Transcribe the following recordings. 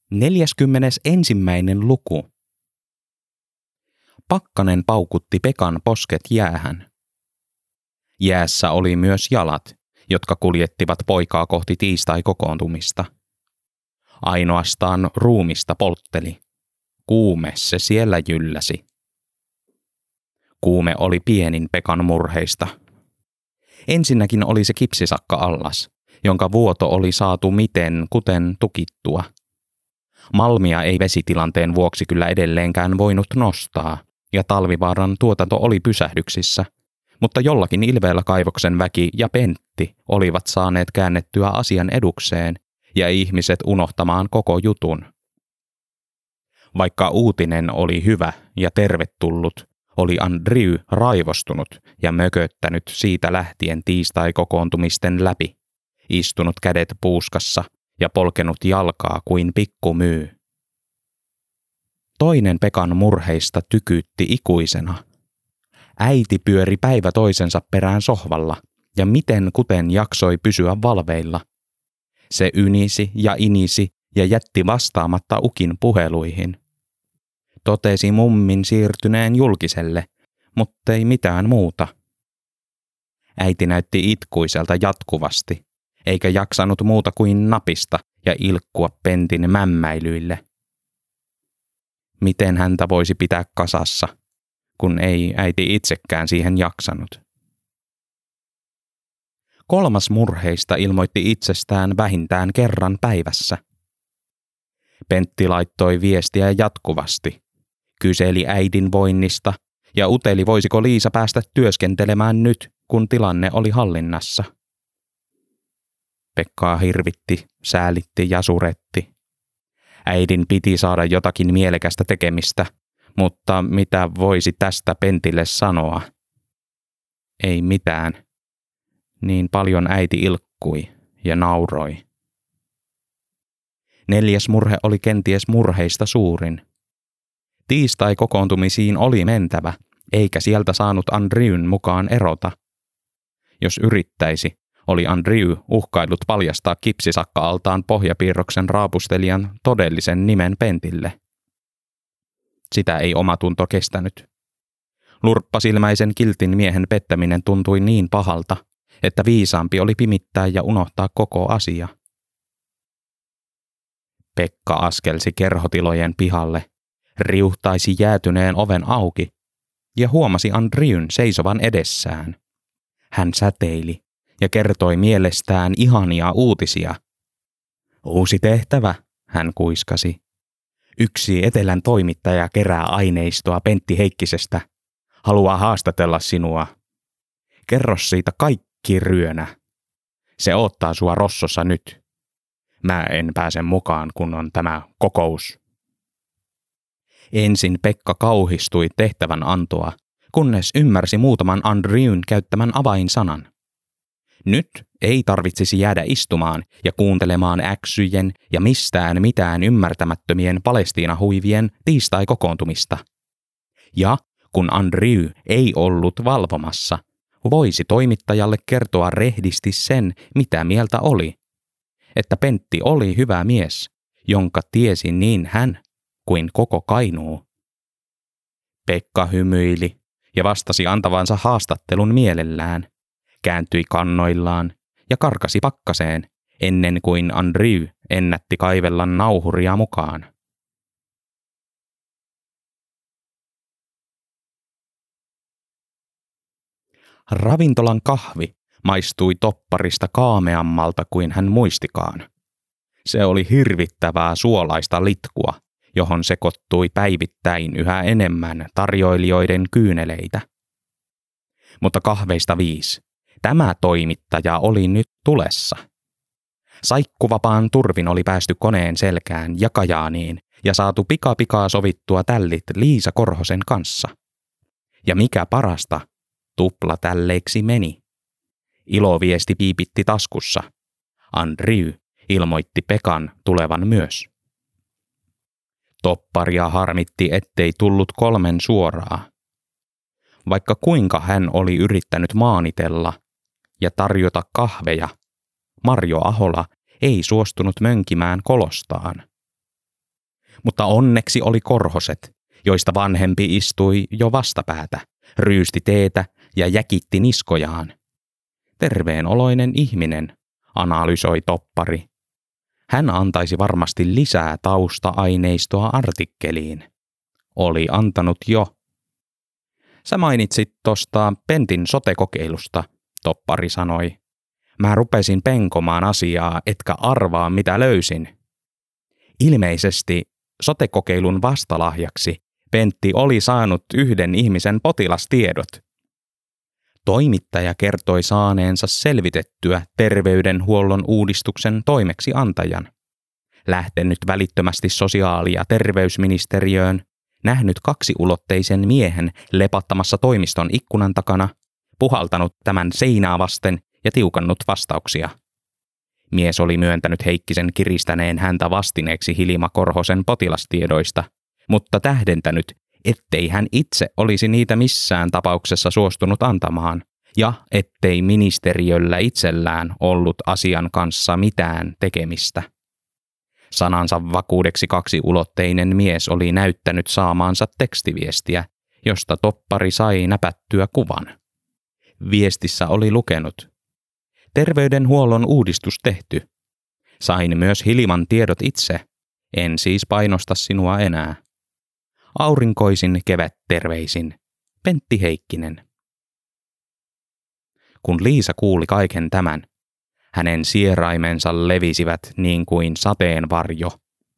41. luku. Pakkanen paukutti Pekan posket jäähän. Jäässä oli myös jalat, jotka kuljettivat poikaa kohti tiistai-kokoontumista. Ainoastaan ruumista poltteli. Kuume se siellä jylläsi. Kuume oli pienin Pekan murheista. Ensinnäkin oli se kipsisakka-allas, jonka vuoto oli saatu miten kuten tukittua. Malmia ei vesitilanteen vuoksi kyllä edelleenkään voinut nostaa, ja Talvivaaran tuotanto oli pysähdyksissä, mutta jollakin ilveellä kaivoksen väki ja Pentti olivat saaneet käännettyä asian edukseen ja ihmiset unohtamaan koko jutun. Vaikka uutinen oli hyvä ja tervetullut, oli Andrew raivostunut ja mököttänyt siitä lähtien tiistai-kokoontumisten läpi, istunut kädet puuskassa ja polkenut jalkaa kuin pikkumyy. Toinen Pekan murheista tykyytti ikuisena. Äiti pyöri päivä toisensa perään sohvalla ja miten kuten jaksoi pysyä valveilla. Se ynisi ja inisi ja jätti vastaamatta ukin puheluihin. Totesi mummin siirtyneen julkiselle, muttei mitään muuta. Äiti näytti itkuiselta jatkuvasti, eikä jaksanut muuta kuin napista ja ilkkua Pentin mämmäilyille. Miten häntä voisi pitää kasassa, kun ei äiti itsekään siihen jaksanut? Kolmas murheista ilmoitti itsestään vähintään kerran päivässä. Pentti laittoi viestiä jatkuvasti, kyseli äidin voinnista ja uteli voisiko Liisa päästä työskentelemään nyt, kun tilanne oli hallinnassa. Pekkaa hirvitti, säälitti ja suretti. Äidin piti saada jotakin mielekästä tekemistä, mutta mitä voisi tästä Pentille sanoa? Ei mitään. Niin paljon äiti ilkkui ja nauroi. Neljäs murhe oli kenties murheista suurin. Tiistai-kokoontumisiin oli mentävä, eikä sieltä saanut Andrewn mukaan erota. Jos yrittäisi, oli Andrew uhkaillut paljastaa kipsisakka-altaan pohjapiirroksen raapustelijan todellisen nimen Pentille. Sitä ei omatunto kestänyt. Lurppasilmäisen kiltin miehen pettäminen tuntui niin pahalta, että viisaampi oli pimittää ja unohtaa koko asia. Pekka askelsi kerhotilojen pihalle, riuhtaisi jäätyneen oven auki ja huomasi Andrewn seisovan edessään. Hän säteili ja kertoi mielestään ihania uutisia. Uusi tehtävä, hän kuiskasi. Yksi Etelän toimittaja kerää aineistoa Pentti Heikkisestä. Haluaa haastatella sinua. Kerro siitä kaikki ryönä. Se odottaa sua Rossossa nyt. Mä en pääse mukaan, kun on tämä kokous. Ensin Pekka kauhistui tehtävän antoa, kunnes ymmärsi muutaman Andrewn käyttämän avainsanan. Nyt ei tarvitsisi jäädä istumaan ja kuuntelemaan äksyjen ja mistään mitään ymmärtämättömien Palestiinahuivien tiistai-kokoontumista. Ja kun Andrew ei ollut valvomassa, voisi toimittajalle kertoa rehdisti sen, mitä mieltä oli. Että Pentti oli hyvä mies, jonka tiesi niin hän kuin koko Kainuu. Pekka hymyili ja vastasi antavansa haastattelun mielellään, kääntyi kannoillaan ja karkasi pakkaseen ennen kuin Andrew ennätti kaivella nauhuria mukaan. Ravintolan kahvi maistui topparista kaameammalta kuin hän muistikaan. Se oli hirvittävää suolaista litkua, johon sekoittui päivittäin yhä enemmän tarjoilijoiden kyyneleitä. Mutta kahveista 5. Tämä toimittaja oli nyt tulessa. Saikkuvapaan turvin oli päästy koneen selkään ja Kajaaniin ja saatu pikapikaa sovittua tällit Liisa Korhosen kanssa. Ja mikä parasta, tuplatälleiksi meni. Iloviesti piipitti taskussa. Andrew ilmoitti Pekan tulevan myös. Topparia harmitti, ettei tullut 3 suoraa. Vaikka kuinka hän oli yrittänyt maanitella ja tarjota kahveja, Marjo Ahola ei suostunut mönkimään kolostaan. Mutta onneksi oli Korhoset, joista vanhempi istui jo vastapäätä, ryysti teetä ja jäkitti niskojaan. Terveen oloinen ihminen, analysoi Toppari. Hän antaisi varmasti lisää tausta-aineistoa artikkeliin. Oli antanut jo. Sä mainitsit tosta Pentin sote-kokeilusta, Toppari sanoi. Mä rupesin penkomaan asiaa, etkä arvaa mitä löysin. Ilmeisesti sote-kokeilun vastalahjaksi Pentti oli saanut yhden ihmisen potilastiedot. Toimittaja kertoi saaneensa selvitettyä terveydenhuollon uudistuksen toimeksiantajan. Lähtenyt välittömästi sosiaali- ja terveysministeriöön, nähnyt kaksiulotteisen miehen lepattamassa toimiston ikkunan takana, puhaltanut tämän seinää vasten ja tiukannut vastauksia. Mies oli myöntänyt Heikkisen kiristäneen häntä vastineeksi Hilma Korhosen potilastiedoista, mutta tähdentänyt, ettei hän itse olisi niitä missään tapauksessa suostunut antamaan, ja ettei ministeriöllä itsellään ollut asian kanssa mitään tekemistä. Sanansa vakuudeksi kaksiulotteinen mies oli näyttänyt saamaansa tekstiviestiä, josta Toppari sai näpättyä kuvan. Viestissä oli lukenut: terveydenhuollon uudistus tehty. Sain myös Hilman tiedot itse. En siis painosta sinua enää. Aurinkoisin kevätterveisin. Pentti Heikkinen. Kun Liisa kuuli kaiken tämän, hänen sieraimensa levisivät niin kuin sateenvarjo.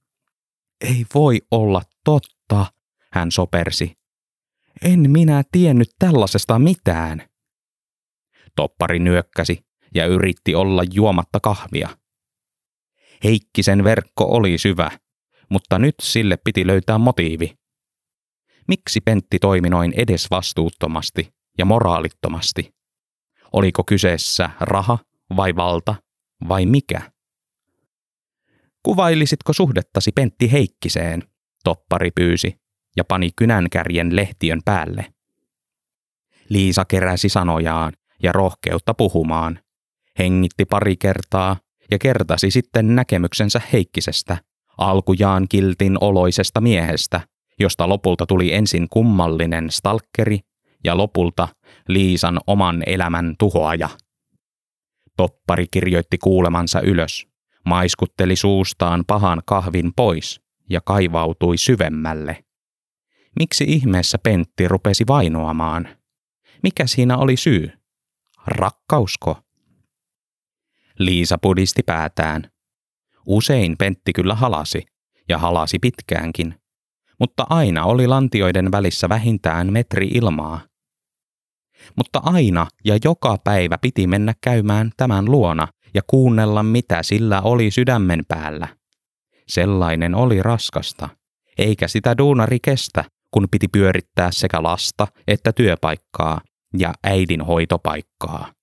Ei voi olla totta, hän sopersi. En minä tiennyt tällaisesta mitään. Toppari nyökkäsi ja yritti olla juomatta kahvia. Heikkisen verkko oli syvä, mutta nyt sille piti löytää motiivi. Miksi Pentti toimi noin edesvastuuttomasti ja moraalittomasti? Oliko kyseessä raha vai valta vai mikä? Kuvailisitko suhdettasi Pentti Heikkiseen? Toppari pyysi ja pani kynänkärjen lehtiön päälle. Liisa keräsi sanojaan ja rohkeutta puhumaan. Hengitti pari kertaa ja kertasi sitten näkemyksensä Heikkisestä, alkujaan kiltin oloisesta miehestä, josta lopulta tuli ensin kummallinen stalkkeri ja lopulta Liisan oman elämän tuhoaja. Toppari kirjoitti kuulemansa ylös, maiskutteli suustaan pahan kahvin pois ja kaivautui syvemmälle. Miksi ihmeessä Pentti rupesi vainoamaan? Mikä siinä oli syy? Rakkausko? Liisa pudisti päätään. Usein Pentti kyllä halasi, ja halasi pitkäänkin, mutta aina oli lantioiden välissä vähintään metri ilmaa. Mutta aina ja joka päivä piti mennä käymään tämän luona ja kuunnella, mitä sillä oli sydämen päällä. Sellainen oli raskasta, eikä sitä duunari kestä, kun piti pyörittää sekä lasta että työpaikkaa ja äidin hoitopaikkaa.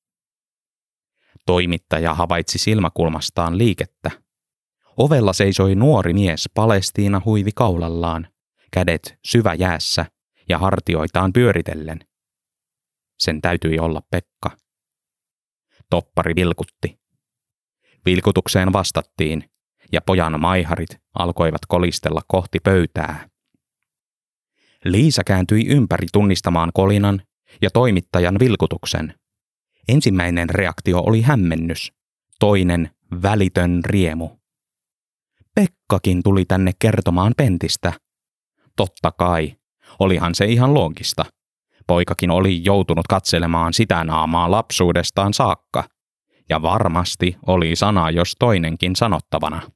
Toimittaja havaitsi silmäkulmastaan liikettä. Ovella seisoi nuori mies Palestiina huivi kaulallaan, kädet syväjäässä ja hartioitaan pyöritellen. Sen täytyi olla Pekka. Toppari vilkutti. Vilkutukseen vastattiin, ja pojan maiharit alkoivat kolistella kohti pöytää. Liisa kääntyi ympäri tunnistamaan kolinan ja toimittajan vilkutuksen. Ensimmäinen reaktio oli hämmennys, toinen välitön riemu. Pekkakin tuli tänne kertomaan Pentistä. Totta kai, olihan se ihan loogista. Poikakin oli joutunut katselemaan sitä naamaa lapsuudestaan saakka, ja varmasti oli sana jos toinenkin sanottavana.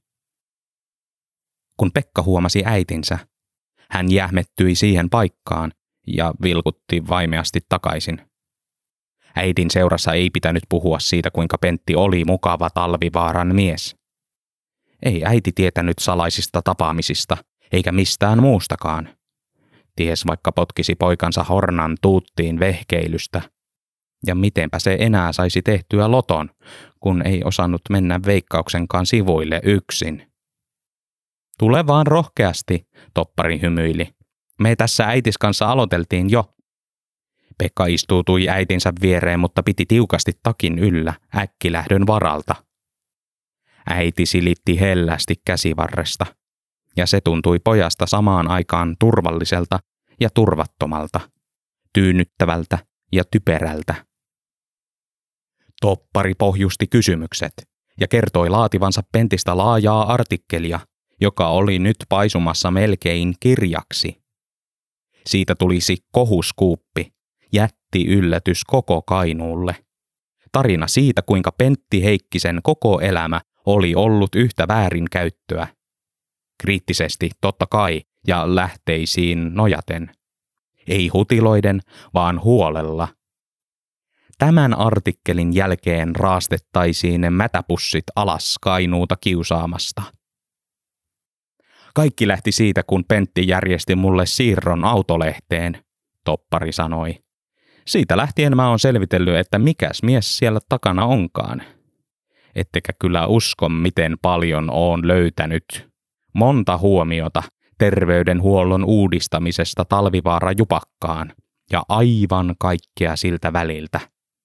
Kun Pekka huomasi äitinsä, hän jähmettyi siihen paikkaan ja vilkutti vaimeasti takaisin. Äidin seurassa ei pitänyt puhua siitä, kuinka Pentti oli mukava Talvivaaran mies. Ei äiti tietänyt salaisista tapaamisista, eikä mistään muustakaan. Ties vaikka potkisi poikansa Hornan tuuttiin vehkeilystä. Ja mitenpä se enää saisi tehtyä loton, kun ei osannut mennä Veikkauksenkaan sivuille yksin. Tule vaan rohkeasti, Toppari hymyili. Me tässä äitis kanssa aloiteltiin jo. Pekka istuutui äitinsä viereen, mutta piti tiukasti takin yllä äkkilähdön varalta. Äiti silitti hellästi käsivarresta. ja se tuntui pojasta samaan aikaan turvalliselta ja turvattomalta, tyynnyttävältä ja typerältä. Toppari pohjusti kysymykset ja kertoi laativansa Pentistä laajaa artikkelia, joka oli nyt paisumassa melkein kirjaksi. Siitä tulisi kohuskuuppi, jättiyllätys koko Kainuulle. Tarina siitä, kuinka Pentti Heikkisen koko elämä oli ollut yhtä väärinkäyttöä. Kriittisesti totta kai ja lähteisiin nojaten. Ei hutiloiden, vaan huolella. Tämän artikkelin jälkeen raastettaisiin mätäpussit alas Kainuuta kiusaamasta. Kaikki lähti siitä, kun Pentti järjesti mulle siirron autolehteen, Toppari sanoi. Siitä lähtien mä oon selvitellyt, että mikäs mies siellä takana onkaan. Ettekä kyllä usko, miten paljon oon löytänyt. Monta huomiota terveydenhuollon uudistamisesta Talvivaara-Jupakkaan ja aivan kaikkea siltä väliltä.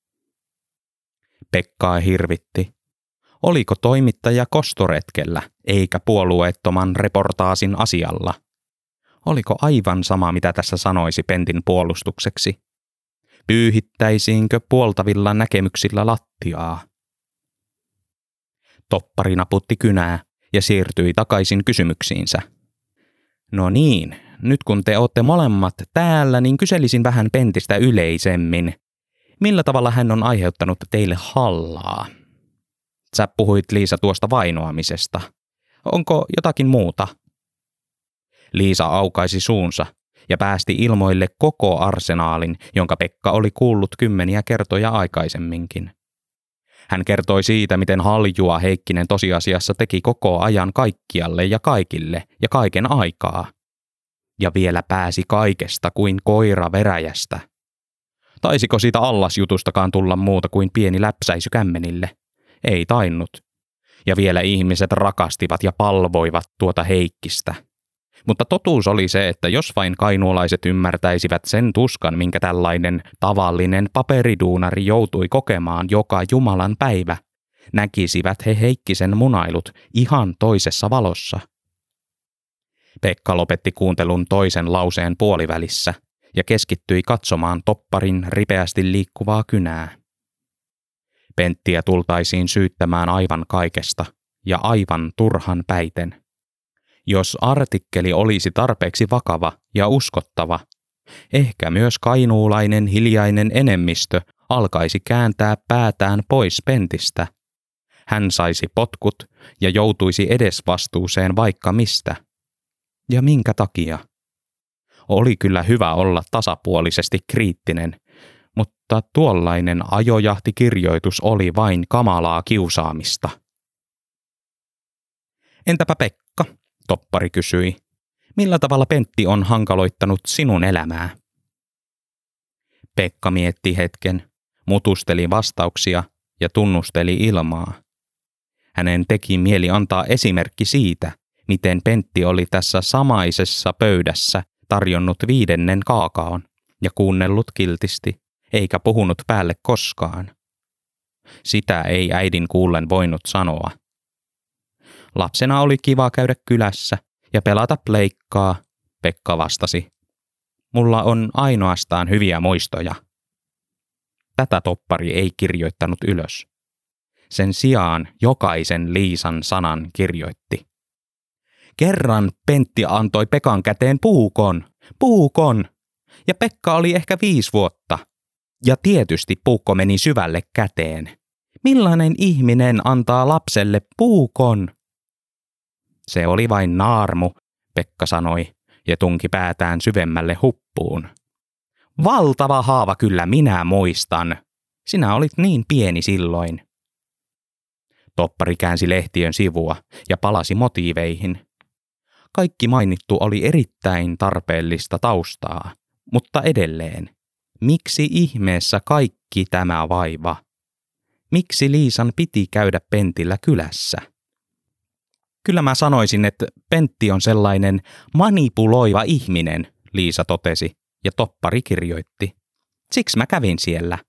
Pekkaa hirvitti. Oliko toimittaja kostoretkellä eikä puolueettoman reportaasin asialla? Oliko aivan sama, mitä tässä sanoisi Pentin puolustukseksi? Pyyhittäisiinkö puoltavilla näkemyksillä lattiaa? Toppari naputti kynää ja siirtyi takaisin kysymyksiinsä. No niin, nyt kun te ootte molemmat täällä, niin kyselisin vähän Pentistä yleisemmin. Millä tavalla hän on aiheuttanut teille hallaa? Sä puhuit, Liisa, tuosta vainoamisesta. Onko jotakin muuta? Liisa aukaisi suunsa ja päästi ilmoille koko arsenaalin, jonka Pekka oli kuullut kymmeniä kertoja aikaisemminkin. Hän kertoi siitä, miten haljua Heikkinen tosiasiassa teki koko ajan kaikkialle ja kaikille ja kaiken aikaa. Ja vielä pääsi kaikesta kuin koira veräjästä. Taisiko siitä allasjutustakaan tulla muuta kuin pieni läpsäisy kämmenille? Ei tainnut. Ja vielä ihmiset rakastivat ja palvoivat tuota Heikkistä. Mutta totuus oli se, että jos vain kainuulaiset ymmärtäisivät sen tuskan, minkä tällainen tavallinen paperiduunari joutui kokemaan joka Jumalan päivä, näkisivät he Heikkisen munailut ihan toisessa valossa. Pekka lopetti kuuntelun toisen lauseen puolivälissä ja keskittyi katsomaan Topparin ripeästi liikkuvaa kynää. Penttiä tultaisiin syyttämään aivan kaikesta ja aivan turhan päiten. Jos artikkeli olisi tarpeeksi vakava ja uskottava, ehkä myös kainuulainen hiljainen enemmistö alkaisi kääntää päätään pois Pentistä. Hän saisi potkut ja joutuisi edesvastuuseen vaikka mistä. Ja minkä takia? Oli kyllä hyvä olla tasapuolisesti kriittinen, mutta tuollainen ajojahtikirjoitus oli vain kamalaa kiusaamista. Entäpä Pekka? Toppari kysyi. Millä tavalla Pentti on hankaloittanut sinun elämää? Pekka mietti hetken, mutusteli vastauksia ja tunnusteli ilmaa. Hänen teki mieli antaa esimerkki siitä, miten Pentti oli tässä samaisessa pöydässä tarjonnut 5. kaakaon ja kuunnellut kiltisti, eikä puhunut päälle koskaan. Sitä ei äidin kuullen voinut sanoa. Lapsena oli kiva käydä kylässä ja pelata pleikkaa, Pekka vastasi. Mulla on ainoastaan hyviä muistoja. Tätä Toppari ei kirjoittanut ylös. Sen sijaan jokaisen Liisan sanan kirjoitti. Kerran Pentti antoi Pekan käteen puukon, ja Pekka oli ehkä 5 vuotta. Ja tietysti puukko meni syvälle käteen. Millainen ihminen antaa lapselle puukon? Se oli vain naarmu, Pekka sanoi, ja tunki päätään syvemmälle huppuun. Valtava haava kyllä, minä muistan. Sinä olit niin pieni silloin. Toppari käänsi lehtiön sivua ja palasi motiiveihin. Kaikki mainittu oli erittäin tarpeellista taustaa, mutta edelleen. Miksi ihmeessä kaikki tämä vaiva? Miksi Liisan piti käydä Pentillä kylässä? Kyllä mä sanoisin, että Pentti on sellainen manipuloiva ihminen, Liisa totesi, ja Toppari kirjoitti. Siksi mä kävin siellä.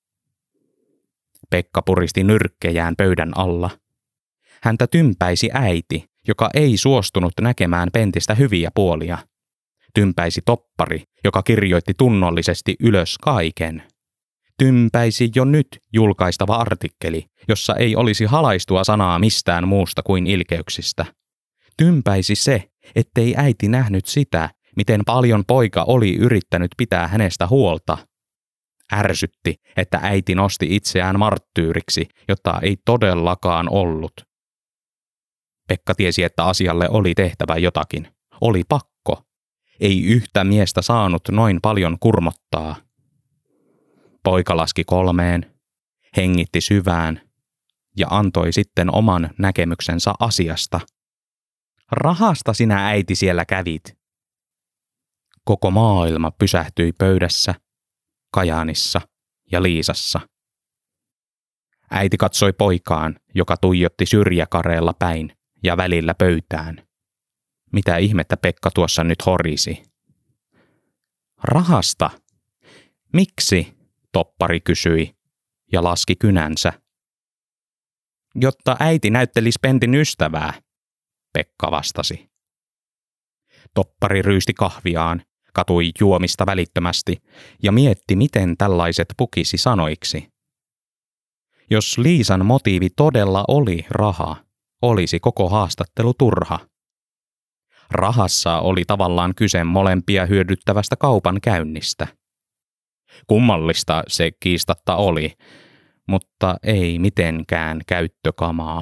Pekka puristi nyrkkejään pöydän alla. Häntä tympäisi äiti, joka ei suostunut näkemään Pentistä hyviä puolia. Tympäisi toppari, joka kirjoitti tunnollisesti ylös kaiken. Tympäisi jo nyt julkaistava artikkeli, jossa ei olisi halaistua sanaa mistään muusta kuin ilkeyksistä. Tympäisi se, ettei äiti nähnyt sitä, miten paljon poika oli yrittänyt pitää hänestä huolta. Ärsytti, että äiti nosti itseään marttyyriksi, jota ei todellakaan ollut. Pekka tiesi, että asialle oli tehtävä jotakin. Oli pakko. Ei yhtä miestä saanut noin paljon kurmottaa. Poika laski 3, hengitti syvään ja antoi sitten oman näkemyksensä asiasta. Rahasta sinä äiti siellä kävit. Koko maailma pysähtyi pöydässä, Kajaanissa ja Liisassa. Äiti katsoi poikaan, joka tuijotti syrjäkareella päin ja välillä pöytään. Mitä ihmettä Pekka tuossa nyt horisi? Rahasta? Miksi? Toppari kysyi ja laski kynänsä. Jotta äiti näyttelisi Pentin ystävää, Pekka vastasi. Toppari ryysti kahviaan, katui juomista välittömästi ja mietti, miten tällaiset pukisi sanoiksi. Jos Liisan motiivi todella oli raha, olisi koko haastattelu turha. Rahassa oli tavallaan kyse molempia hyödyttävästä kaupankäynnistä. Kummallista se kiistatta oli, mutta ei mitenkään käyttökamaa.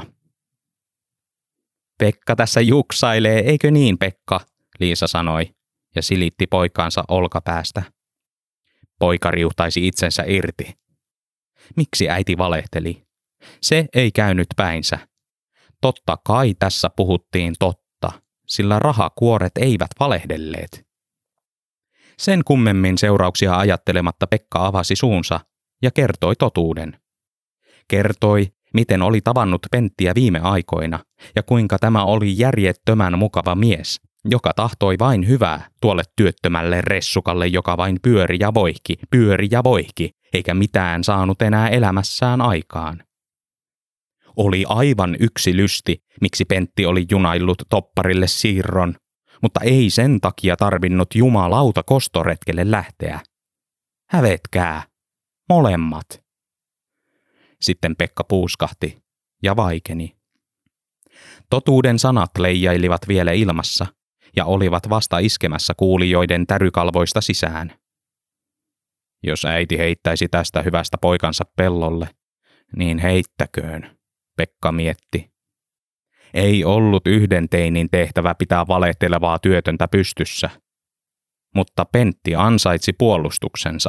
Pekka tässä juksailee, eikö niin, Pekka? Liisa sanoi ja silitti poikaansa olkapäästä. Poika riutaisi itsensä irti. Miksi äiti valehteli? Se ei käynyt päinsä. Totta kai tässä puhuttiin totta, sillä rahakuoret eivät valehdelleet. Sen kummemmin seurauksia ajattelematta Pekka avasi suunsa ja kertoi totuuden. Kertoi, miten oli tavannut Penttiä viime aikoina ja kuinka tämä oli järjettömän mukava mies, joka tahtoi vain hyvää tuolle työttömälle ressukalle, joka vain pyöri ja voihki, eikä mitään saanut enää elämässään aikaan. Oli aivan yksi lysti, miksi Pentti oli junaillut topparille siirron, mutta ei sen takia tarvinnut jumalauta kostoretkelle lähteä. Hävetkää, molemmat. Sitten Pekka puuskahti ja vaikeni. Totuuden sanat leijailivat vielä ilmassa ja olivat vasta iskemässä kuulijoiden tärykalvoista sisään. Jos äiti heittäisi tästä hyvästä poikansa pellolle, niin heittäköön, Pekka mietti. Ei ollut yhden teinin tehtävä pitää valehtelevaa työtöntä pystyssä, mutta Pentti ansaitsi puolustuksensa.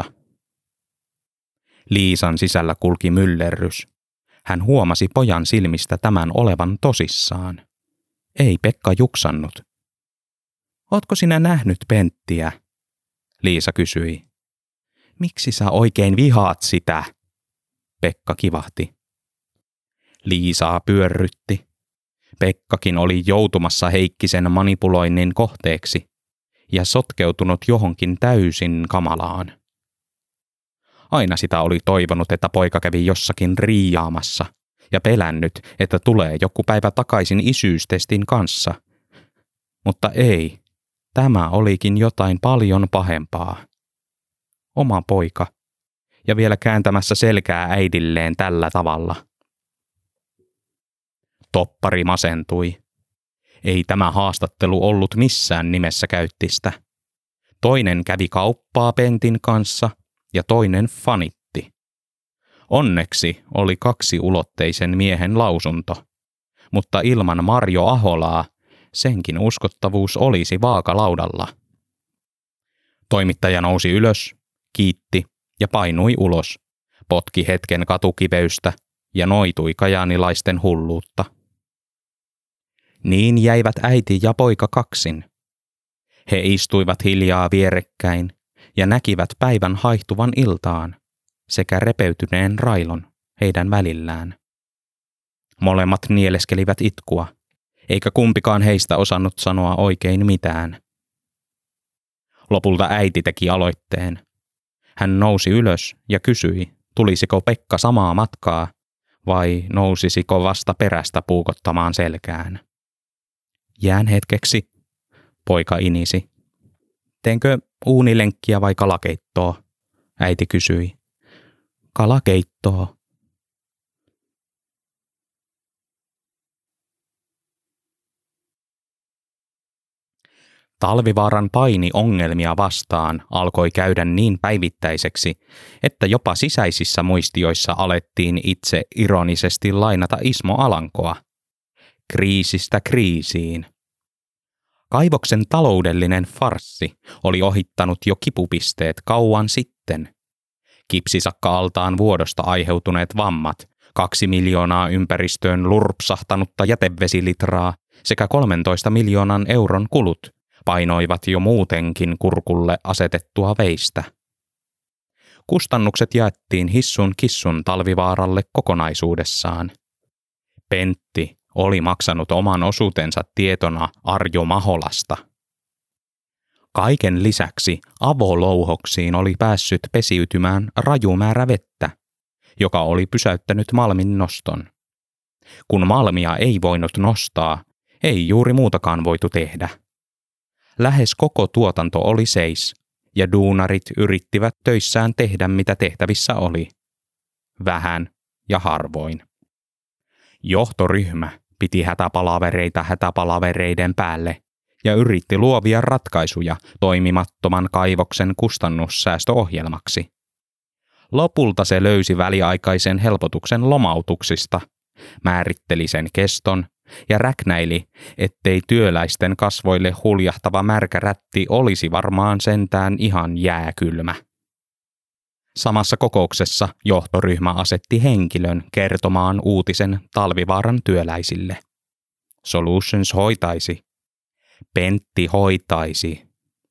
Liisan sisällä kulki myllerrys. Hän huomasi pojan silmistä tämän olevan tosissaan. Ei Pekka juksannut. Ootko sinä nähnyt Penttiä? Liisa kysyi. Miksi sä oikein vihaat sitä? Pekka kivahti. Liisaa pyörrytti. Pekkakin oli joutumassa Heikkisen manipuloinnin kohteeksi ja sotkeutunut johonkin täysin kamalaan. Aina sitä oli toivonut, että poika kävi jossakin riiaamassa ja pelännyt, että tulee joku päivä takaisin isyystestin kanssa. Mutta ei, tämä olikin jotain paljon pahempaa. Oma poika, ja vielä kääntämässä selkää äidilleen tällä tavalla. Toppari masentui. Ei tämä haastattelu ollut missään nimessä käyttistä. Toinen kävi kauppaa Pentin kanssa ja toinen fanitti. Onneksi oli kaksiulotteisen miehen lausunto, mutta ilman Marjo Aholaa senkin uskottavuus olisi vaakalaudalla. Toimittaja nousi ylös, kiitti ja painui ulos, potki hetken katukiveystä ja noitui kajaanilaisten hulluutta. Niin jäivät äiti ja poika kaksin. He istuivat hiljaa vierekkäin ja näkivät päivän haihtuvan iltaan sekä repeytyneen railon heidän välillään. Molemmat nieleskelivät itkua, eikä kumpikaan heistä osannut sanoa oikein mitään. Lopulta äiti teki aloitteen. Hän nousi ylös ja kysyi, tulisiko Pekka samaa matkaa vai nousisiko vasta perästä puukottamaan selkään. Jään hetkeksi, poika inisi. Teenkö uunilenkkiä vai kalakeittoa? Äiti kysyi. Kalakeittoa. Talvivaaran paini ongelmia vastaan alkoi käydä niin päivittäiseksi, että jopa sisäisissä muistioissa alettiin itse ironisesti lainata Ismo Alankoa. Kriisistä kriisiin. Kaivoksen taloudellinen farssi oli ohittanut jo kipupisteet kauan sitten. Kipsisakka-altaan vuodosta aiheutuneet vammat, 2 miljoonaa ympäristöön lurpsahtanutta jätevesilitraa sekä 13 miljoonan euron kulut painoivat jo muutenkin kurkulle asetettua veistä. Kustannukset jaettiin hissun kissun Talvivaaralle kokonaisuudessaan. Pentti oli maksanut oman osuutensa tietona Arjo Maholasta. Kaiken lisäksi avolouhoksiin oli päässyt pesiytymään raju määrä vettä, joka oli pysäyttänyt malmin noston. Kun malmia ei voinut nostaa, ei juuri muutakaan voitu tehdä. Lähes koko tuotanto oli seis, ja duunarit yrittivät töissään tehdä mitä tehtävissä oli. Vähän ja harvoin. Johtoryhmä piti hätäpalavereita hätäpalavereiden päälle ja yritti luovia ratkaisuja toimimattoman kaivoksen kustannussäästöohjelmaksi. Lopulta se löysi väliaikaisen helpotuksen lomautuksista, määritteli sen keston ja räknäili, ettei työläisten kasvoille huljahtava märkä rätti olisi varmaan sentään ihan jääkylmä. Samassa kokouksessa johtoryhmä asetti henkilön kertomaan uutisen Talvivaaran työläisille. Solutions hoitaisi. Pentti hoitaisi.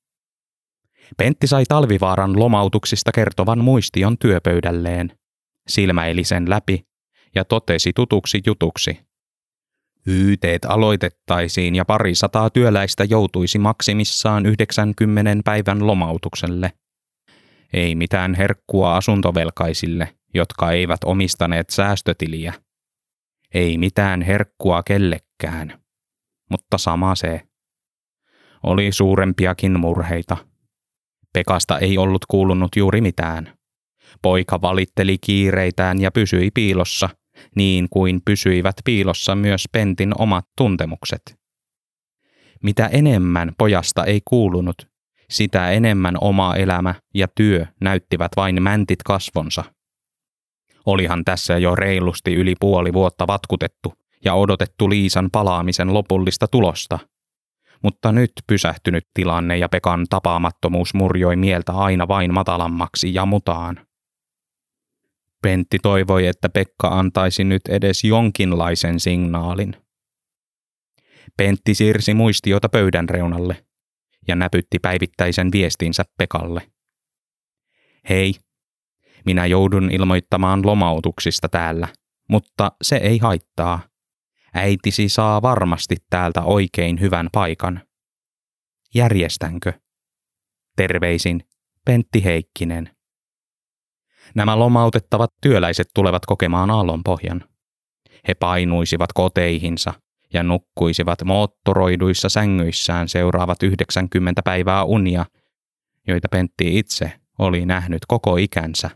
Pentti sai Talvivaaran lomautuksista kertovan muistion työpöydälleen, silmäili sen läpi ja totesi tutuksi jutuksi. Yteet aloitettaisiin ja 200 työläistä joutuisi maksimissaan 90 päivän lomautukselle. Ei mitään herkkua asuntovelkaisille, jotka eivät omistaneet säästötiliä. Ei mitään herkkua kellekään, mutta sama se. Oli suurempiakin murheita. Pekasta ei ollut kuulunut juuri mitään. Poika valitteli kiireitään ja pysyi piilossa, niin kuin pysyivät piilossa myös Pentin omat tuntemukset. Mitä enemmän pojasta ei kuulunut, sitä enemmän oma elämä ja työ näyttivät vain mäntit kasvonsa. Olihan tässä jo reilusti yli puoli vuotta vatkutettu ja odotettu Liisan palaamisen lopullista tulosta. Mutta nyt pysähtynyt tilanne ja Pekan tapaamattomuus murjoi mieltä aina vain matalammaksi ja mutaan. Pentti toivoi, että Pekka antaisi nyt edes jonkinlaisen signaalin. Pentti siirsi muistiota pöydän reunalle ja näpytti päivittäisen viestinsä Pekalle. Hei, minä joudun ilmoittamaan lomautuksista täällä, mutta se ei haittaa. Äitisi saa varmasti täältä oikein hyvän paikan. Järjestänkö? Terveisin, Pentti Heikkinen. Nämä lomautettavat työläiset tulevat kokemaan aallonpohjan. He painuisivat koteihinsa ja nukkuisivat moottoroiduissa sängyissään seuraavat 90 päivää unia, joita Pentti itse oli nähnyt koko ikänsä.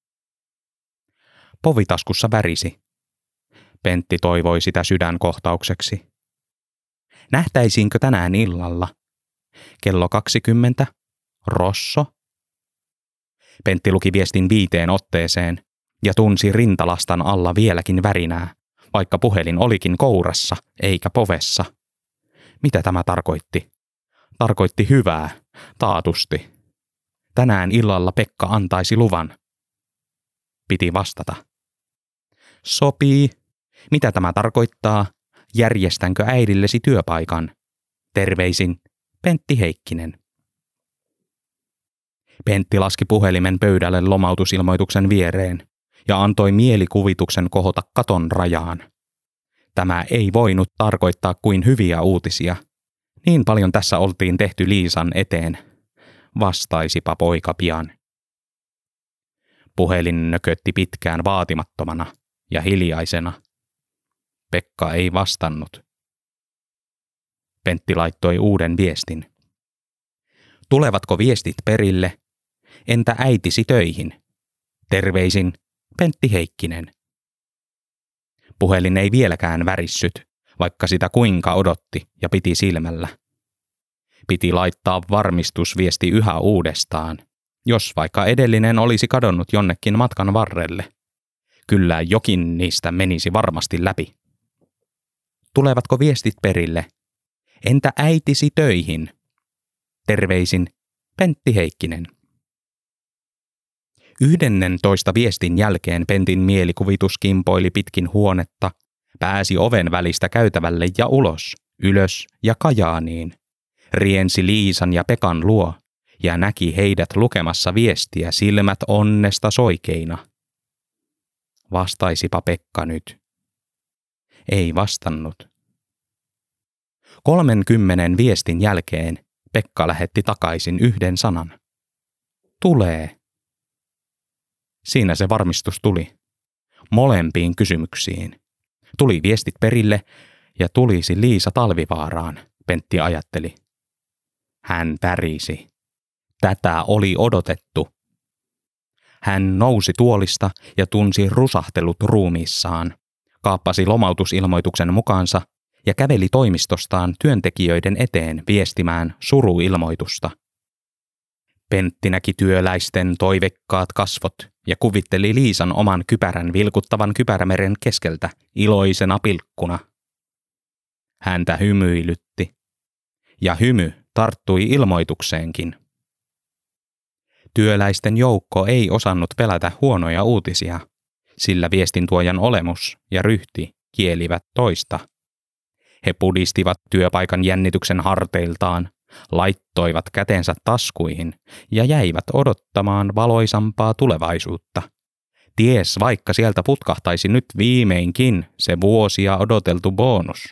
Povitaskussa värisi. Pentti toivoi sitä sydänkohtaukseksi. Nähtäisiinkö tänään illalla? Kello 20. Rosso. Pentti luki viestin 5 otteeseen ja tunsi rintalastan alla vieläkin värinää, vaikka puhelin olikin kourassa eikä povessa. Mitä tämä tarkoitti? Tarkoitti hyvää, taatusti. Tänään illalla Pekka antaisi luvan. Piti vastata. Sopii. Mitä tämä tarkoittaa? Järjestänkö äidillesi työpaikan? Terveisin, Pentti Heikkinen. Pentti laski puhelimen pöydälle lomautusilmoituksen viereen ja antoi mielikuvituksen kohota katon rajaan. Tämä ei voinut tarkoittaa kuin hyviä uutisia. Niin paljon tässä oltiin tehty Liisan eteen. Vastaisipa poika pian. Puhelin nökötti pitkään vaatimattomana ja hiljaisena. Pekka ei vastannut. Pentti laittoi uuden viestin. Tulevatko viestit perille? Entä äitisi töihin? Terveisin Pentti Heikkinen. Puhelin ei vieläkään värissyt, vaikka sitä kuinka odotti ja piti silmällä. Piti laittaa varmistusviesti yhä uudestaan, jos vaikka edellinen olisi kadonnut jonnekin matkan varrelle. Kyllä jokin niistä menisi varmasti läpi. Tulevatko viestit perille? Entä äitisi töihin? Terveisin Pentti Heikkinen. 11 viestin jälkeen Pentin mielikuvitus kimpoili pitkin huonetta, pääsi oven välistä käytävälle ja ulos, ylös ja Kajaaniin. Riensi Liisan ja Pekan luo ja näki heidät lukemassa viestiä silmät onnesta soikeina. Vastaisipa Pekka nyt. Ei vastannut. 30 viestin jälkeen Pekka lähetti takaisin yhden sanan. Tulee. Siinä se varmistus tuli. Molempiin kysymyksiin. Tuli viestit perille ja tulisi Liisa Talvivaaraan, Pentti ajatteli. Hän tärisi. Tätä oli odotettu. Hän nousi tuolista ja tunsi rusahtelut ruumiissaan, kaappasi lomautusilmoituksen mukaansa ja käveli toimistostaan työntekijöiden eteen viestimään suruilmoitusta. Pentti näki työläisten toivekkaat kasvot ja kuvitteli Liisan oman kypärän vilkuttavan kypärämeren keskeltä iloisena pilkkuna. Häntä hymyilytti, ja hymy tarttui ilmoitukseenkin. Työläisten joukko ei osannut pelätä huonoja uutisia, sillä viestintuojan olemus ja ryhti kielivät toista. He pudistivat työpaikan jännityksen harteiltaan, laittoivat kätensä taskuihin ja jäivät odottamaan valoisampaa tulevaisuutta. Ties vaikka sieltä putkahtaisi nyt viimeinkin se vuosia odoteltu bonus.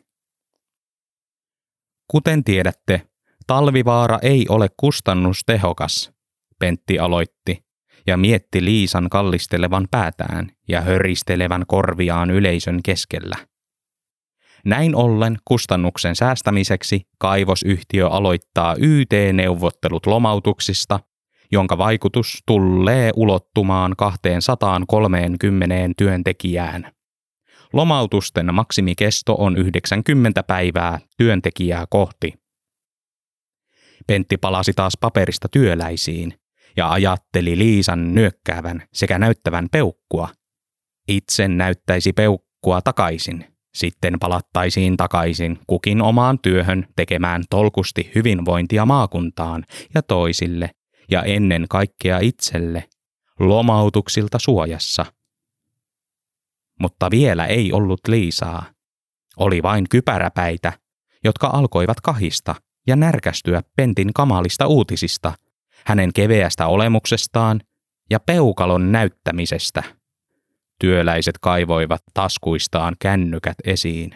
Kuten tiedätte, Talvivaara ei ole kustannustehokas, Pentti aloitti ja mietti Liisan kallistelevan päätään ja höristelevän korviaan yleisön keskellä. Näin ollen kustannuksen säästämiseksi kaivosyhtiö aloittaa YT-neuvottelut lomautuksista, jonka vaikutus tullee ulottumaan 230 työntekijään. Lomautusten maksimikesto on 90 päivää työntekijää kohti. Pentti palasi taas paperista työläisiin ja ajatteli Liisan nyökkäävän sekä näyttävän peukkua. Itse näyttäisi peukkua takaisin. Sitten palattaisiin takaisin kukin omaan työhön tekemään tolkusti hyvinvointia maakuntaan ja toisille ja ennen kaikkea itselle, lomautuksilta suojassa. Mutta vielä ei ollut Liisaa. Oli vain kypäräpäitä, jotka alkoivat kahista ja närkästyä Pentin kamalista uutisista, hänen keveästä olemuksestaan ja peukalon näyttämisestä. Työläiset kaivoivat taskuistaan kännykät esiin.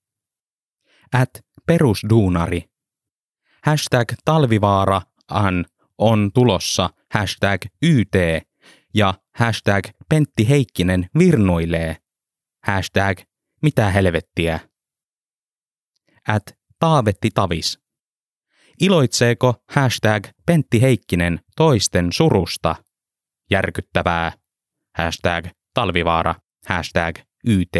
@perusduunari. #Talvivaara on tulossa #YT ja #Pentti Heikkinen virnuilee. #mitä helvettiä. @Taavetti Tavis. Iloitseeko #Pentti Heikkinen toisten surusta? Järkyttävää. #Talvivaara, #YT.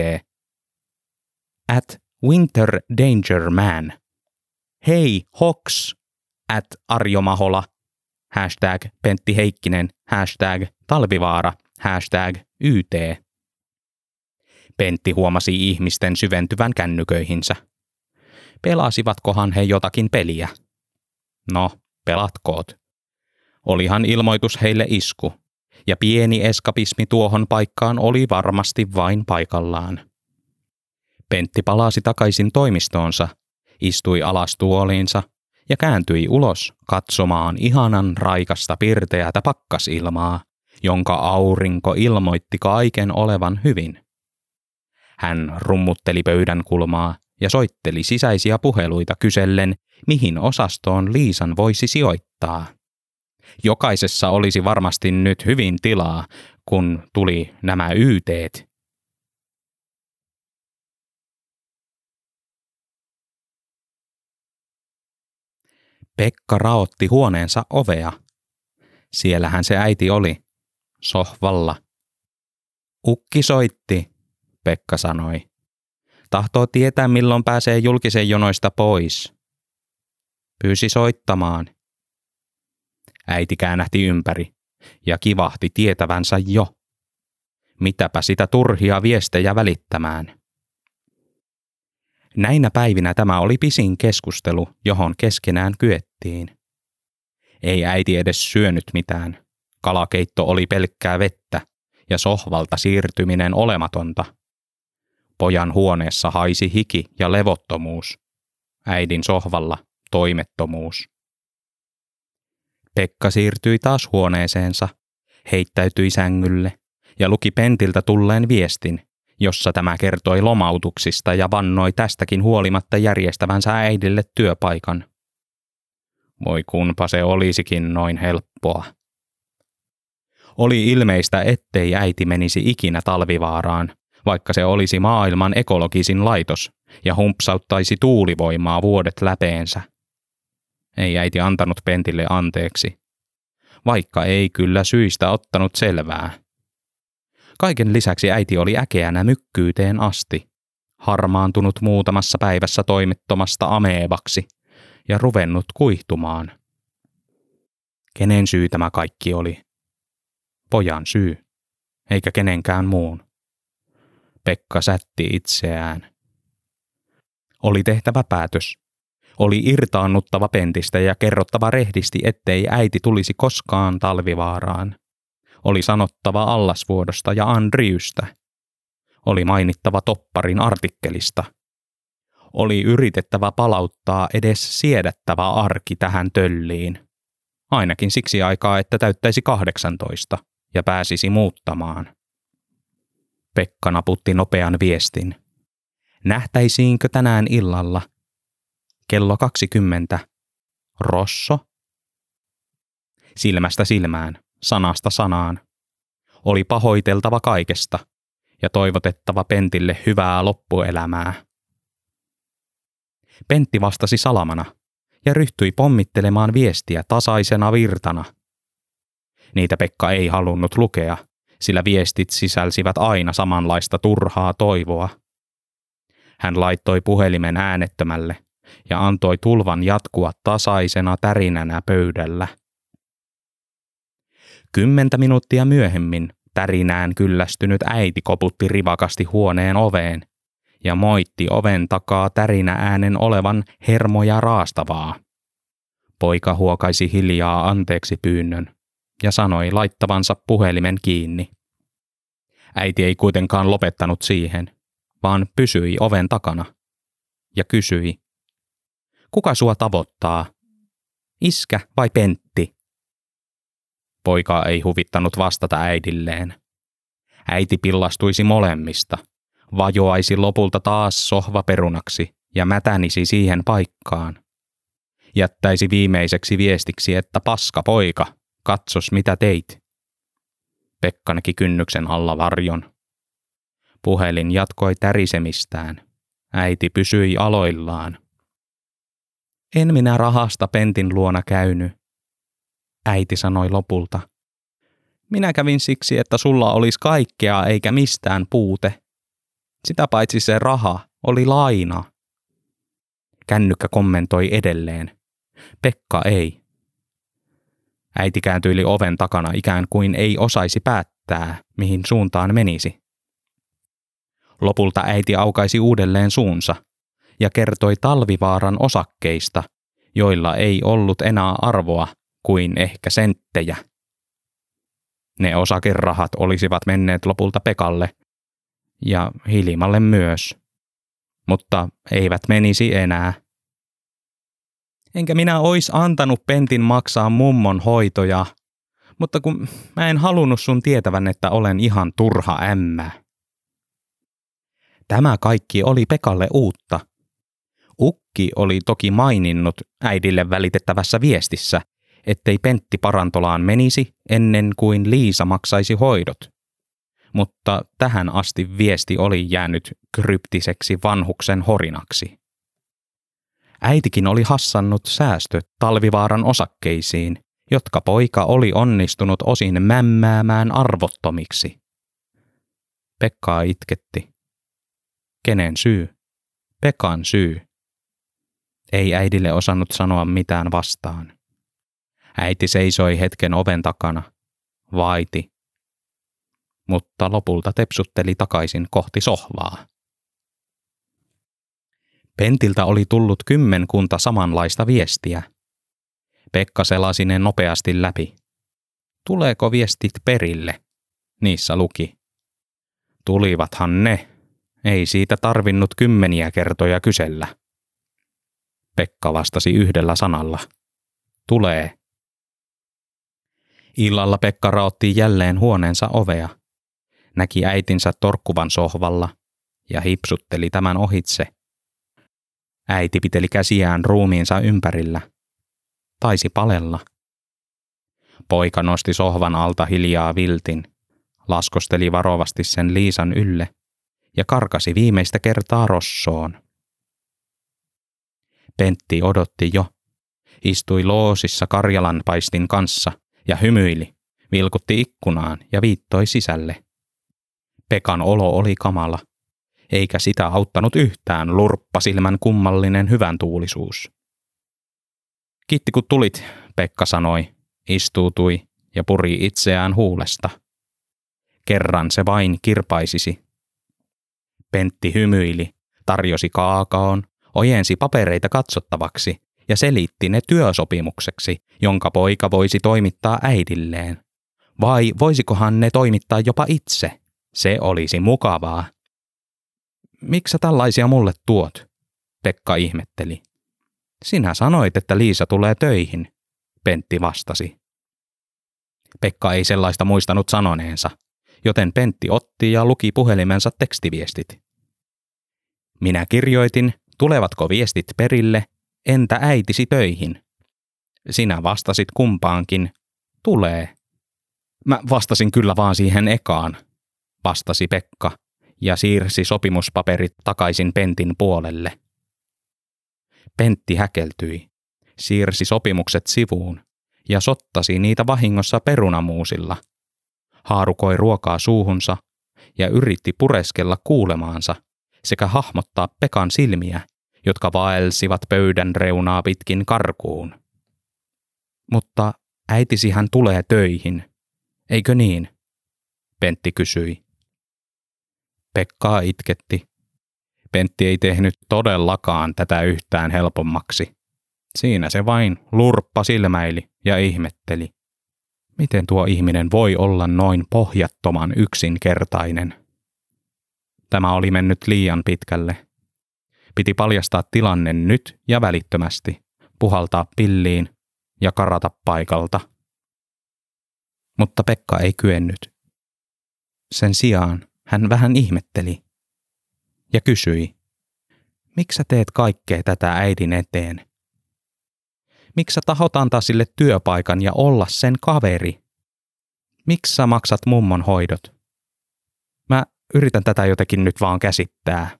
@WinterDangerMan. Hei Hoks, @Arjo-Mahola, #Pentti Heikkinen, #Talvivaara, #YT. Pentti huomasi ihmisten syventyvän kännyköihinsä. Pelasivatkohan he jotakin peliä? No, pelatkoot. Olihan ilmoitus heille isku. Ja pieni eskapismi tuohon paikkaan oli varmasti vain paikallaan. Pentti palasi takaisin toimistoonsa, istui alas tuoliinsa ja kääntyi ulos katsomaan ihanan raikasta pirteätä pakkasilmaa, jonka aurinko ilmoitti kaiken olevan hyvin. Hän rummutteli pöydän kulmaa ja soitteli sisäisiä puheluita kysellen, mihin osastoon Liisan voisi sijoittaa. Jokaisessa olisi varmasti nyt hyvin tilaa, kun tuli nämä YT:t. Pekka raotti huoneensa ovea. Siellähän se äiti oli, sohvalla. Ukki soitti, Pekka sanoi. Tahtoo tietää, milloin pääsee julkisen jonoista pois. Pyysi soittamaan. Äiti käännähti ympäri ja kivahti tietävänsä jo. Mitäpä sitä turhia viestejä välittämään. Näinä päivinä tämä oli pisin keskustelu, johon keskenään kyettiin. Ei äiti edes syönyt mitään. Kalakeitto oli pelkkää vettä ja sohvalta siirtyminen olematonta. Pojan huoneessa haisi hiki ja levottomuus. Äidin sohvalla toimettomuus. Pekka siirtyi taas huoneeseensa, heittäytyi sängylle ja luki Pentiltä tulleen viestin, jossa tämä kertoi lomautuksista ja vannoi tästäkin huolimatta järjestävänsä äidille työpaikan. Voi kunpa se olisikin noin helppoa. Oli ilmeistä, ettei äiti menisi ikinä Talvivaaraan, vaikka se olisi maailman ekologisin laitos ja humpsauttaisi tuulivoimaa vuodet läpeensä. Ei äiti antanut Pentille anteeksi, vaikka ei kyllä syistä ottanut selvää. Kaiken lisäksi äiti oli äkeänä mykkyyteen asti, harmaantunut muutamassa päivässä toimettomasta ameebaksi ja ruvennut kuihtumaan. Kenen syy tämä kaikki oli? Pojan syy, eikä kenenkään muun. Pekka sätti itseään. Oli tehtävä päätös. Oli irtaannuttava Pentistä ja kerrottava rehdisti, ettei äiti tulisi koskaan Talvivaaraan. Oli sanottava Allasvuodosta ja Andriystä. Oli mainittava Topparin artikkelista. Oli yritettävä palauttaa edes siedättävä arki tähän tölliin. Ainakin siksi aikaa, että täyttäisi 18 ja pääsisi muuttamaan. Pekka naputti nopean viestin. Nähtäisiinkö tänään illalla? Kello 20. Rosso? Silmästä silmään, sanasta sanaan. Oli pahoiteltava kaikesta ja toivotettava Pentille hyvää loppuelämää. Pentti vastasi salamana ja ryhtyi pommittelemaan viestiä tasaisena virtana. Niitä Pekka ei halunnut lukea, sillä viestit sisälsivät aina samanlaista turhaa toivoa. Hän laittoi puhelimen äänettömälle ja antoi tulvan jatkua tasaisena tärinänä pöydällä. 10 minuuttia myöhemmin tärinään kyllästynyt äiti koputti rivakasti huoneen oveen ja moitti oven takaa tärinä äänen olevan hermoja raastavaa. Poika huokaisi hiljaa anteeksi pyynnön ja sanoi laittavansa puhelimen kiinni. Äiti ei kuitenkaan lopettanut siihen, vaan pysyi oven takana ja kysyi. Kuka sua tavoittaa? Iskä vai Pentti? Poika ei huvittanut vastata äidilleen. Äiti pillastuisi molemmista, vajoaisi lopulta taas sohvaperunaksi ja mätänisi siihen paikkaan. Jättäisi viimeiseksi viestiksi, että paska poika, katsos mitä teit. Pekka näki kynnyksen alla varjon. Puhelin jatkoi tärisemistään. Äiti pysyi aloillaan. En minä rahasta Pentin luona käynyt, äiti sanoi lopulta. Minä kävin siksi, että sulla olisi kaikkea eikä mistään puute. Sitä paitsi se raha oli laina. Kännykkä kommentoi edelleen. Pekka ei. Äiti kääntyili oven takana ikään kuin ei osaisi päättää, mihin suuntaan menisi. Lopulta äiti aukaisi uudelleen suunsa ja kertoi Talvivaaran osakkeista, joilla ei ollut enää arvoa kuin ehkä senttejä. Ne osakerahat olisivat menneet lopulta Pekalle ja Hilimalle myös, mutta eivät menisi enää. Enkä minä ois antanut Pentin maksaa mummon hoitoja, mutta kun mä en halunnut sun tietävän, että olen ihan turha ämmä. Tämä kaikki oli Pekalle uutta. Ukki oli toki maininnut äidille välitettävässä viestissä, ettei Pentti parantolaan menisi ennen kuin Liisa maksaisi hoidot. Mutta tähän asti viesti oli jäänyt kryptiseksi vanhuksen horinaksi. Äitikin oli hassannut säästöt Talvivaaran osakkeisiin, jotka poika oli onnistunut osin mämmäämään arvottomiksi. Pekkaa itketti. Kenen syy? Pekan syy. Ei äidille osannut sanoa mitään vastaan. Äiti seisoi hetken oven takana. Vaiti. Mutta lopulta tepsutteli takaisin kohti sohvaa. Pentiltä oli tullut 10 samanlaista viestiä. Pekka selasi ne nopeasti läpi. Tuleeko viestit perille? Niissä luki. Tulivathan ne. Ei siitä tarvinnut 10 kertoja kysellä. Pekka vastasi yhdellä sanalla. Tulee. Illalla Pekka raotti jälleen huoneensa ovea. Näki äitinsä torkkuvan sohvalla ja hipsutteli tämän ohitse. Äiti piteli käsiään ruumiinsa ympärillä. Taisi palella. Poika nosti sohvan alta hiljaa viltin, laskosteli varovasti sen Liisan ylle ja karkasi viimeistä kertaa rossoon. Pentti odotti jo. Istui loosissa karjalanpaistin kanssa ja hymyili, vilkutti ikkunaan ja viittoi sisälle. Pekan olo oli kamala, eikä sitä auttanut yhtään lurppasilmän kummallinen hyväntuulisuus. Kiitti kun tulit, Pekka sanoi, istuutui ja puri itseään huulesta. Kerran se vain kirpaisisi. Pentti hymyili, tarjosi kaakaon, ojensi papereita katsottavaksi ja selitti ne työsopimukseksi, jonka poika voisi toimittaa äidilleen. Vai voisikohan ne toimittaa jopa itse? Se olisi mukavaa. Miksä tällaisia mulle tuot? Pekka ihmetteli. Sinä sanoit, että Liisa tulee töihin, Pentti vastasi. Pekka ei sellaista muistanut sanoneensa, joten Pentti otti ja luki puhelimensa tekstiviestit. Minä kirjoitin, tulevatko viestit perille, entä äitisi töihin? Sinä vastasit kumpaankin, tulee. Mä vastasin kyllä vaan siihen ekaan, vastasi Pekka ja siirsi sopimuspaperit takaisin Pentin puolelle. Pentti häkeltyi, siirsi sopimukset sivuun ja sottasi niitä vahingossa perunamuusilla. Haarukoi ruokaa suuhunsa ja yritti pureskella kuulemaansa sekä hahmottaa Pekan silmiä, jotka vaelsivat pöydän reunaa pitkin karkuun. Mutta äitisihän tulee töihin, eikö niin? Pentti kysyi. Pekkaa itketti. Pentti ei tehnyt todellakaan tätä yhtään helpommaksi. Siinä se vain lurppasilmäili ja ihmetteli. Miten tuo ihminen voi olla noin pohjattoman yksinkertainen? Tämä oli mennyt liian pitkälle. Piti paljastaa tilanne nyt ja välittömästi, puhaltaa pilliin ja karata paikalta. Mutta Pekka ei kyennyt. Sen sijaan hän vähän ihmetteli ja kysyi, miksi sä teet kaikkea tätä äidin eteen? Miksi sä tahot antaa sille työpaikan ja olla sen kaveri? Miksi sä maksat mummon hoidot? Mä yritän tätä jotenkin nyt vaan käsittää.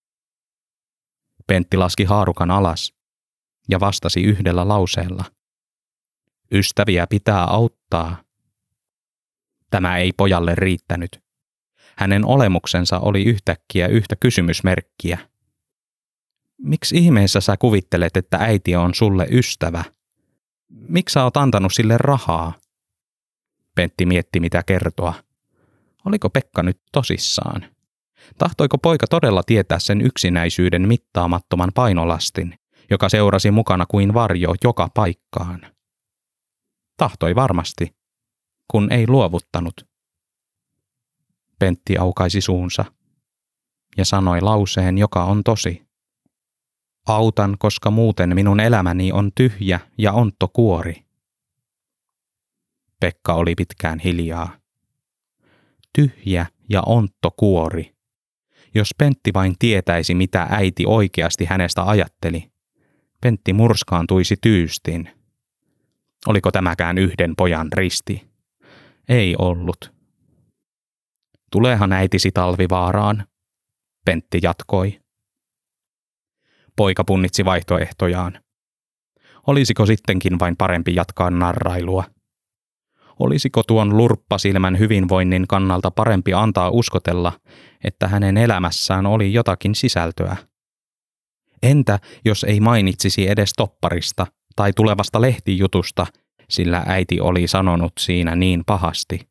Pentti laski haarukan alas ja vastasi yhdellä lauseella. Ystäviä pitää auttaa. Tämä ei pojalle riittänyt. Hänen olemuksensa oli yhtäkkiä yhtä kysymysmerkkiä. Miksi ihmeessä sä kuvittelet, että äiti on sulle ystävä? Miksi sä oot antanut sille rahaa? Pentti mietti mitä kertoa. Oliko Pekka nyt tosissaan? Tahtoiko poika todella tietää sen yksinäisyyden mittaamattoman painolastin, joka seurasi mukana kuin varjo joka paikkaan? Tahtoi varmasti, kun ei luovuttanut. Pentti aukaisi suunsa ja sanoi lauseen, joka on tosi. Autan, koska muuten minun elämäni on tyhjä ja ontto kuori. Pekka oli pitkään hiljaa. Tyhjä ja ontto kuori. Jos Pentti vain tietäisi, mitä äiti oikeasti hänestä ajatteli, Pentti murskaantuisi tyystin. Oliko tämäkään yhden pojan risti? Ei ollut. Tuleehan äitisi Talvivaaraan, Pentti jatkoi. Poika punnitsi vaihtoehtojaan. Olisiko sittenkin vain parempi jatkaa narrailua? Olisiko tuon lurppasilmän hyvinvoinnin kannalta parempi antaa uskotella, että hänen elämässään oli jotakin sisältöä? Entä jos ei mainitsisi edes topparista tai tulevasta lehtijutusta, sillä äiti oli sanonut siinä niin pahasti?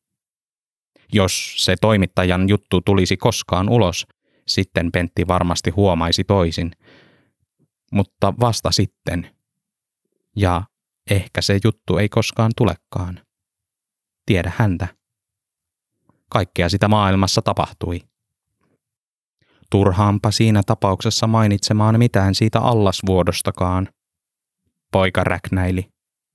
Jos se toimittajan juttu tulisi koskaan ulos, sitten Pentti varmasti huomaisi toisin. Mutta vasta sitten. Ja ehkä se juttu ei koskaan tulekaan. Tiedä häntä. Kaikkea sitä maailmassa tapahtui. Turhaanpa siinä tapauksessa mainitsemaan mitään siitä allasvuodostakaan. Poika räknäili.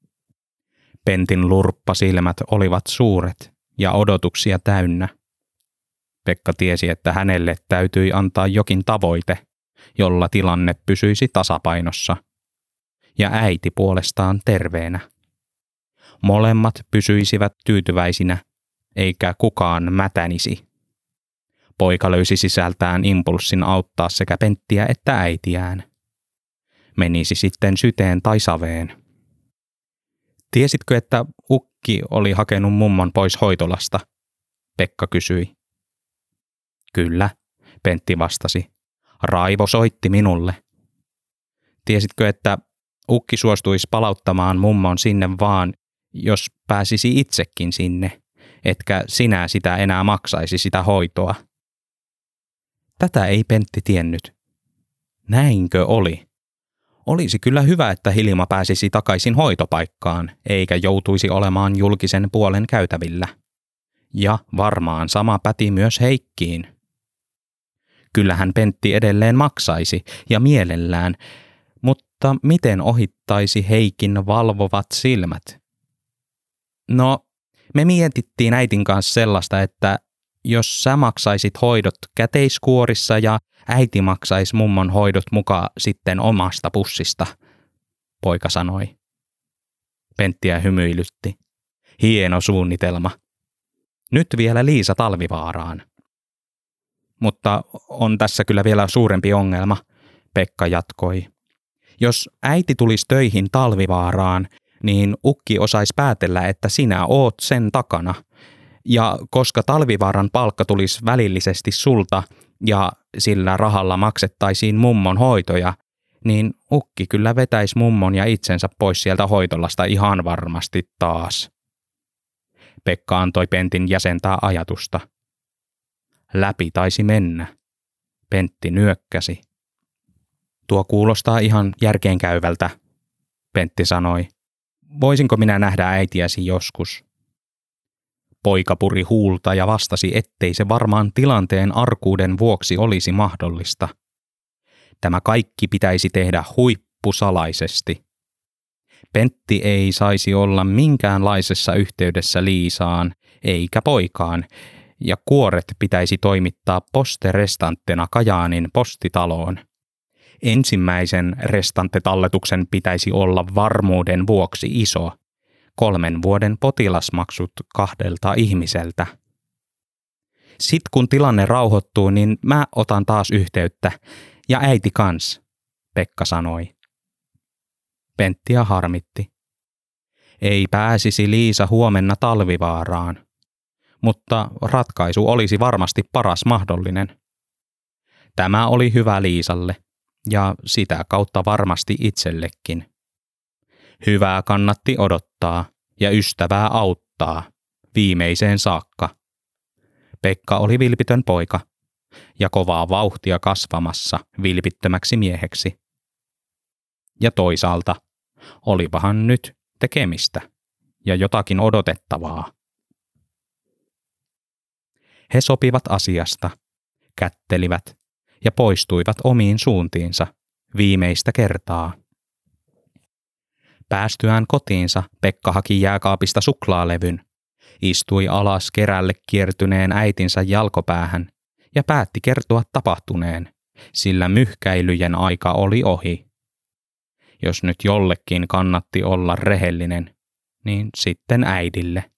Pentin lurppasilmät olivat suuret ja odotuksia täynnä. Pekka tiesi, että hänelle täytyi antaa jokin tavoite, jolla tilanne pysyisi tasapainossa. Ja äiti puolestaan terveenä. Molemmat pysyisivät tyytyväisinä, eikä kukaan mätänisi. Poika löysi sisältään impulssin auttaa sekä Penttiä että äitiään. Menisi sitten syteen tai saveen. Tiesitkö, että ukki oli hakenut mummon pois hoitolasta? Pekka kysyi. Kyllä, Pentti vastasi. Raivo soitti minulle. Tiesitkö, että ukki suostuisi palauttamaan mummon sinne vaan, jos pääsisi itsekin sinne, etkä sinä sitä enää maksaisi sitä hoitoa? Tätä ei Pentti tiennyt. Näinkö oli? Olisi kyllä hyvä, että Hilma pääsisi takaisin hoitopaikkaan, eikä joutuisi olemaan julkisen puolen käytävillä. Ja varmaan sama päti myös Heikkiin. Kyllähän Pentti edelleen maksaisi, ja mielellään, mutta miten ohittaisi Heikin valvovat silmät? No, me mietittiin äitin kanssa sellaista, että jos sä maksaisit hoidot käteiskuorissa ja äiti maksaisi mummon hoidot mukaan sitten omasta pussista, poika sanoi. Penttiä hymyilytti. Hieno suunnitelma. Nyt vielä Liisa Talvivaaraan. Mutta on tässä kyllä vielä suurempi ongelma, Pekka jatkoi. Jos äiti tulisi töihin Talvivaaraan, niin ukki osaisi päätellä, että sinä oot sen takana. Ja koska Talvivaaran palkka tulisi välillisesti sulta ja sillä rahalla maksettaisiin mummon hoitoja, niin ukki kyllä vetäisi mummon ja itsensä pois sieltä hoitolasta ihan varmasti taas. Pekka antoi Pentin jäsentää ajatusta. Läpi taisi mennä. Pentti nyökkäsi. Tuo kuulostaa ihan järkeenkäyvältä, Pentti sanoi. Voisinko minä nähdä äitiäsi joskus? Poika puri huulta ja vastasi, ettei se varmaan tilanteen arkuuden vuoksi olisi mahdollista. Tämä kaikki pitäisi tehdä huippusalaisesti. Pentti ei saisi olla minkäänlaisessa yhteydessä Liisaan eikä poikaan, ja kuoret pitäisi toimittaa posterestanttina Kajaanin postitaloon. Ensimmäisen restanttetalletuksen pitäisi olla varmuuden vuoksi iso. 3 vuoden potilasmaksut 2 ihmiseltä. Sitten kun tilanne rauhoittuu, niin mä otan taas yhteyttä. Ja äiti kans, Pekka sanoi. Penttiä harmitti. Ei pääsisi Liisa huomenna Talvivaaraan, mutta ratkaisu olisi varmasti paras mahdollinen. Tämä oli hyvä Liisalle ja sitä kautta varmasti itsellekin. Hyvää kannatti odottaa ja ystävää auttaa viimeiseen saakka. Pekka oli vilpitön poika ja kovaa vauhtia kasvamassa vilpittömäksi mieheksi. Ja toisaalta olipahan nyt tekemistä ja jotakin odotettavaa. He sopivat asiasta, kättelivät ja poistuivat omiin suuntiinsa viimeistä kertaa. Päästyään kotiinsa Pekka haki jääkaapista suklaalevyn, istui alas kerälle kiertyneen äitinsä jalkopäähän ja päätti kertoa tapahtuneen, sillä myhkäilyjen aika oli ohi. Jos nyt jollekin kannatti olla rehellinen, niin sitten äidille.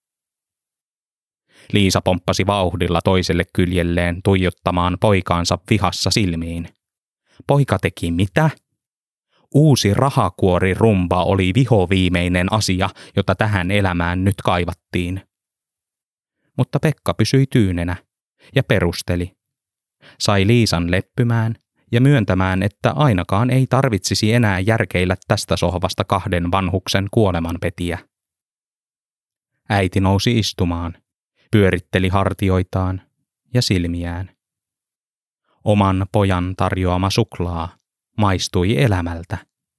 Liisa pomppasi vauhdilla toiselle kyljelleen tuijottamaan poikaansa vihassa silmiin. Poika teki mitä? Uusi rahakuorirumba oli vihoviimeinen asia, jota tähän elämään nyt kaivattiin. Mutta Pekka pysyi tyynenä ja perusteli. Sai Liisan leppymään ja myöntämään, että ainakaan ei tarvitsisi enää järkeillä tästä sohvasta 2 vanhuksen kuolemanpetiä. Äiti nousi istumaan, pyöritteli hartioitaan ja silmiään. Oman pojan tarjoama suklaa maistui elämältä.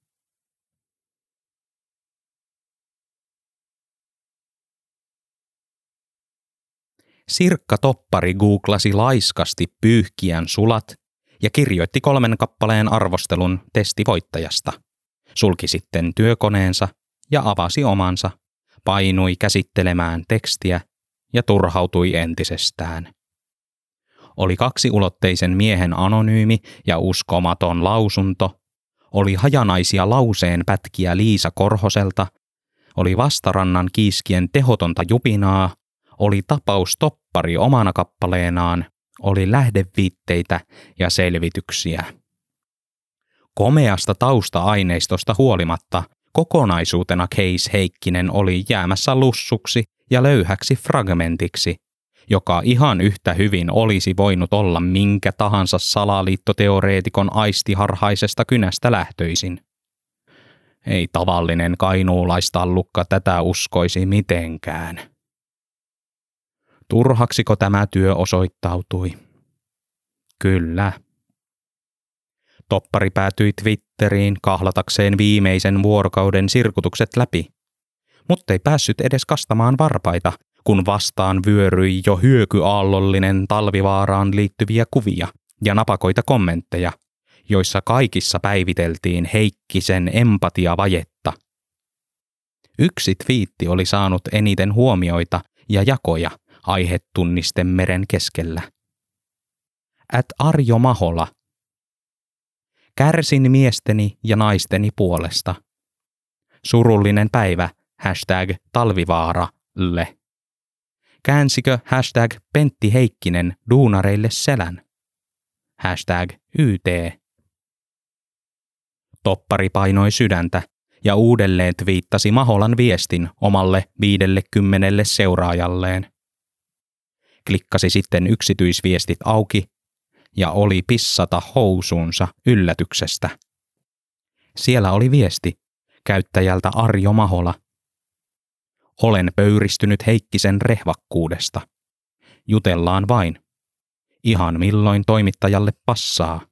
Sirkka Toppari googlasi laiskasti pyyhkiän sulat ja kirjoitti 3 kappaleen arvostelun testivoittajasta. Sulki sitten työkoneensa ja avasi omansa, painui käsittelemään tekstiä ja turhautui entisestään. Oli 2-ulotteisen miehen anonyymi ja uskomaton lausunto, oli hajanaisia lauseen pätkiä Liisa Korhoselta, oli Vastarannan kiiskien tehotonta jupinaa, oli tapaus Toppari omana kappaleenaan, oli lähdeviitteitä ja selvityksiä. Komeasta tausta-aineistosta huolimatta kokonaisuutena Case Heikkinen oli jäämässä lussuksi ja löyhäksi fragmentiksi, joka ihan yhtä hyvin olisi voinut olla minkä tahansa salaliittoteoreetikon aistiharhaisesta kynästä lähtöisin. Ei tavallinen kainuulaistallukka tätä uskoisi mitenkään. Turhaksiko tämä työ osoittautui? Kyllä. Toppari päätyi Twitteriin kahlatakseen viimeisen vuorokauden sirkutukset läpi, mutta ei päässyt edes kastamaan varpaita, kun vastaan vyöryi jo hyökyaallollinen Talvivaaraan liittyviä kuvia ja napakoita kommentteja, joissa kaikissa päiviteltiin Heikkisen empatiavajetta. Yksi twiitti oli saanut eniten huomioita ja jakoja aihetunnisten meren keskellä. @Arjo Mahola. Kärsin miesteni ja naisteni puolesta. Surullinen päivä #Talvivaaralle. Käänsikö #Pentti Heikkinen duunareille selän? #YT. Toppari painoi sydäntä ja uudelleen twiittasi Maholan viestin omalle 50 seuraajalleen. Klikkasi sitten yksityisviestit auki ja oli pissata housuunsa yllätyksestä. Siellä oli viesti käyttäjältä Arjo Mahola. Olen pöyristynyt Heikkisen rehvakkuudesta. Jutellaan vain. Ihan milloin toimittajalle passaa.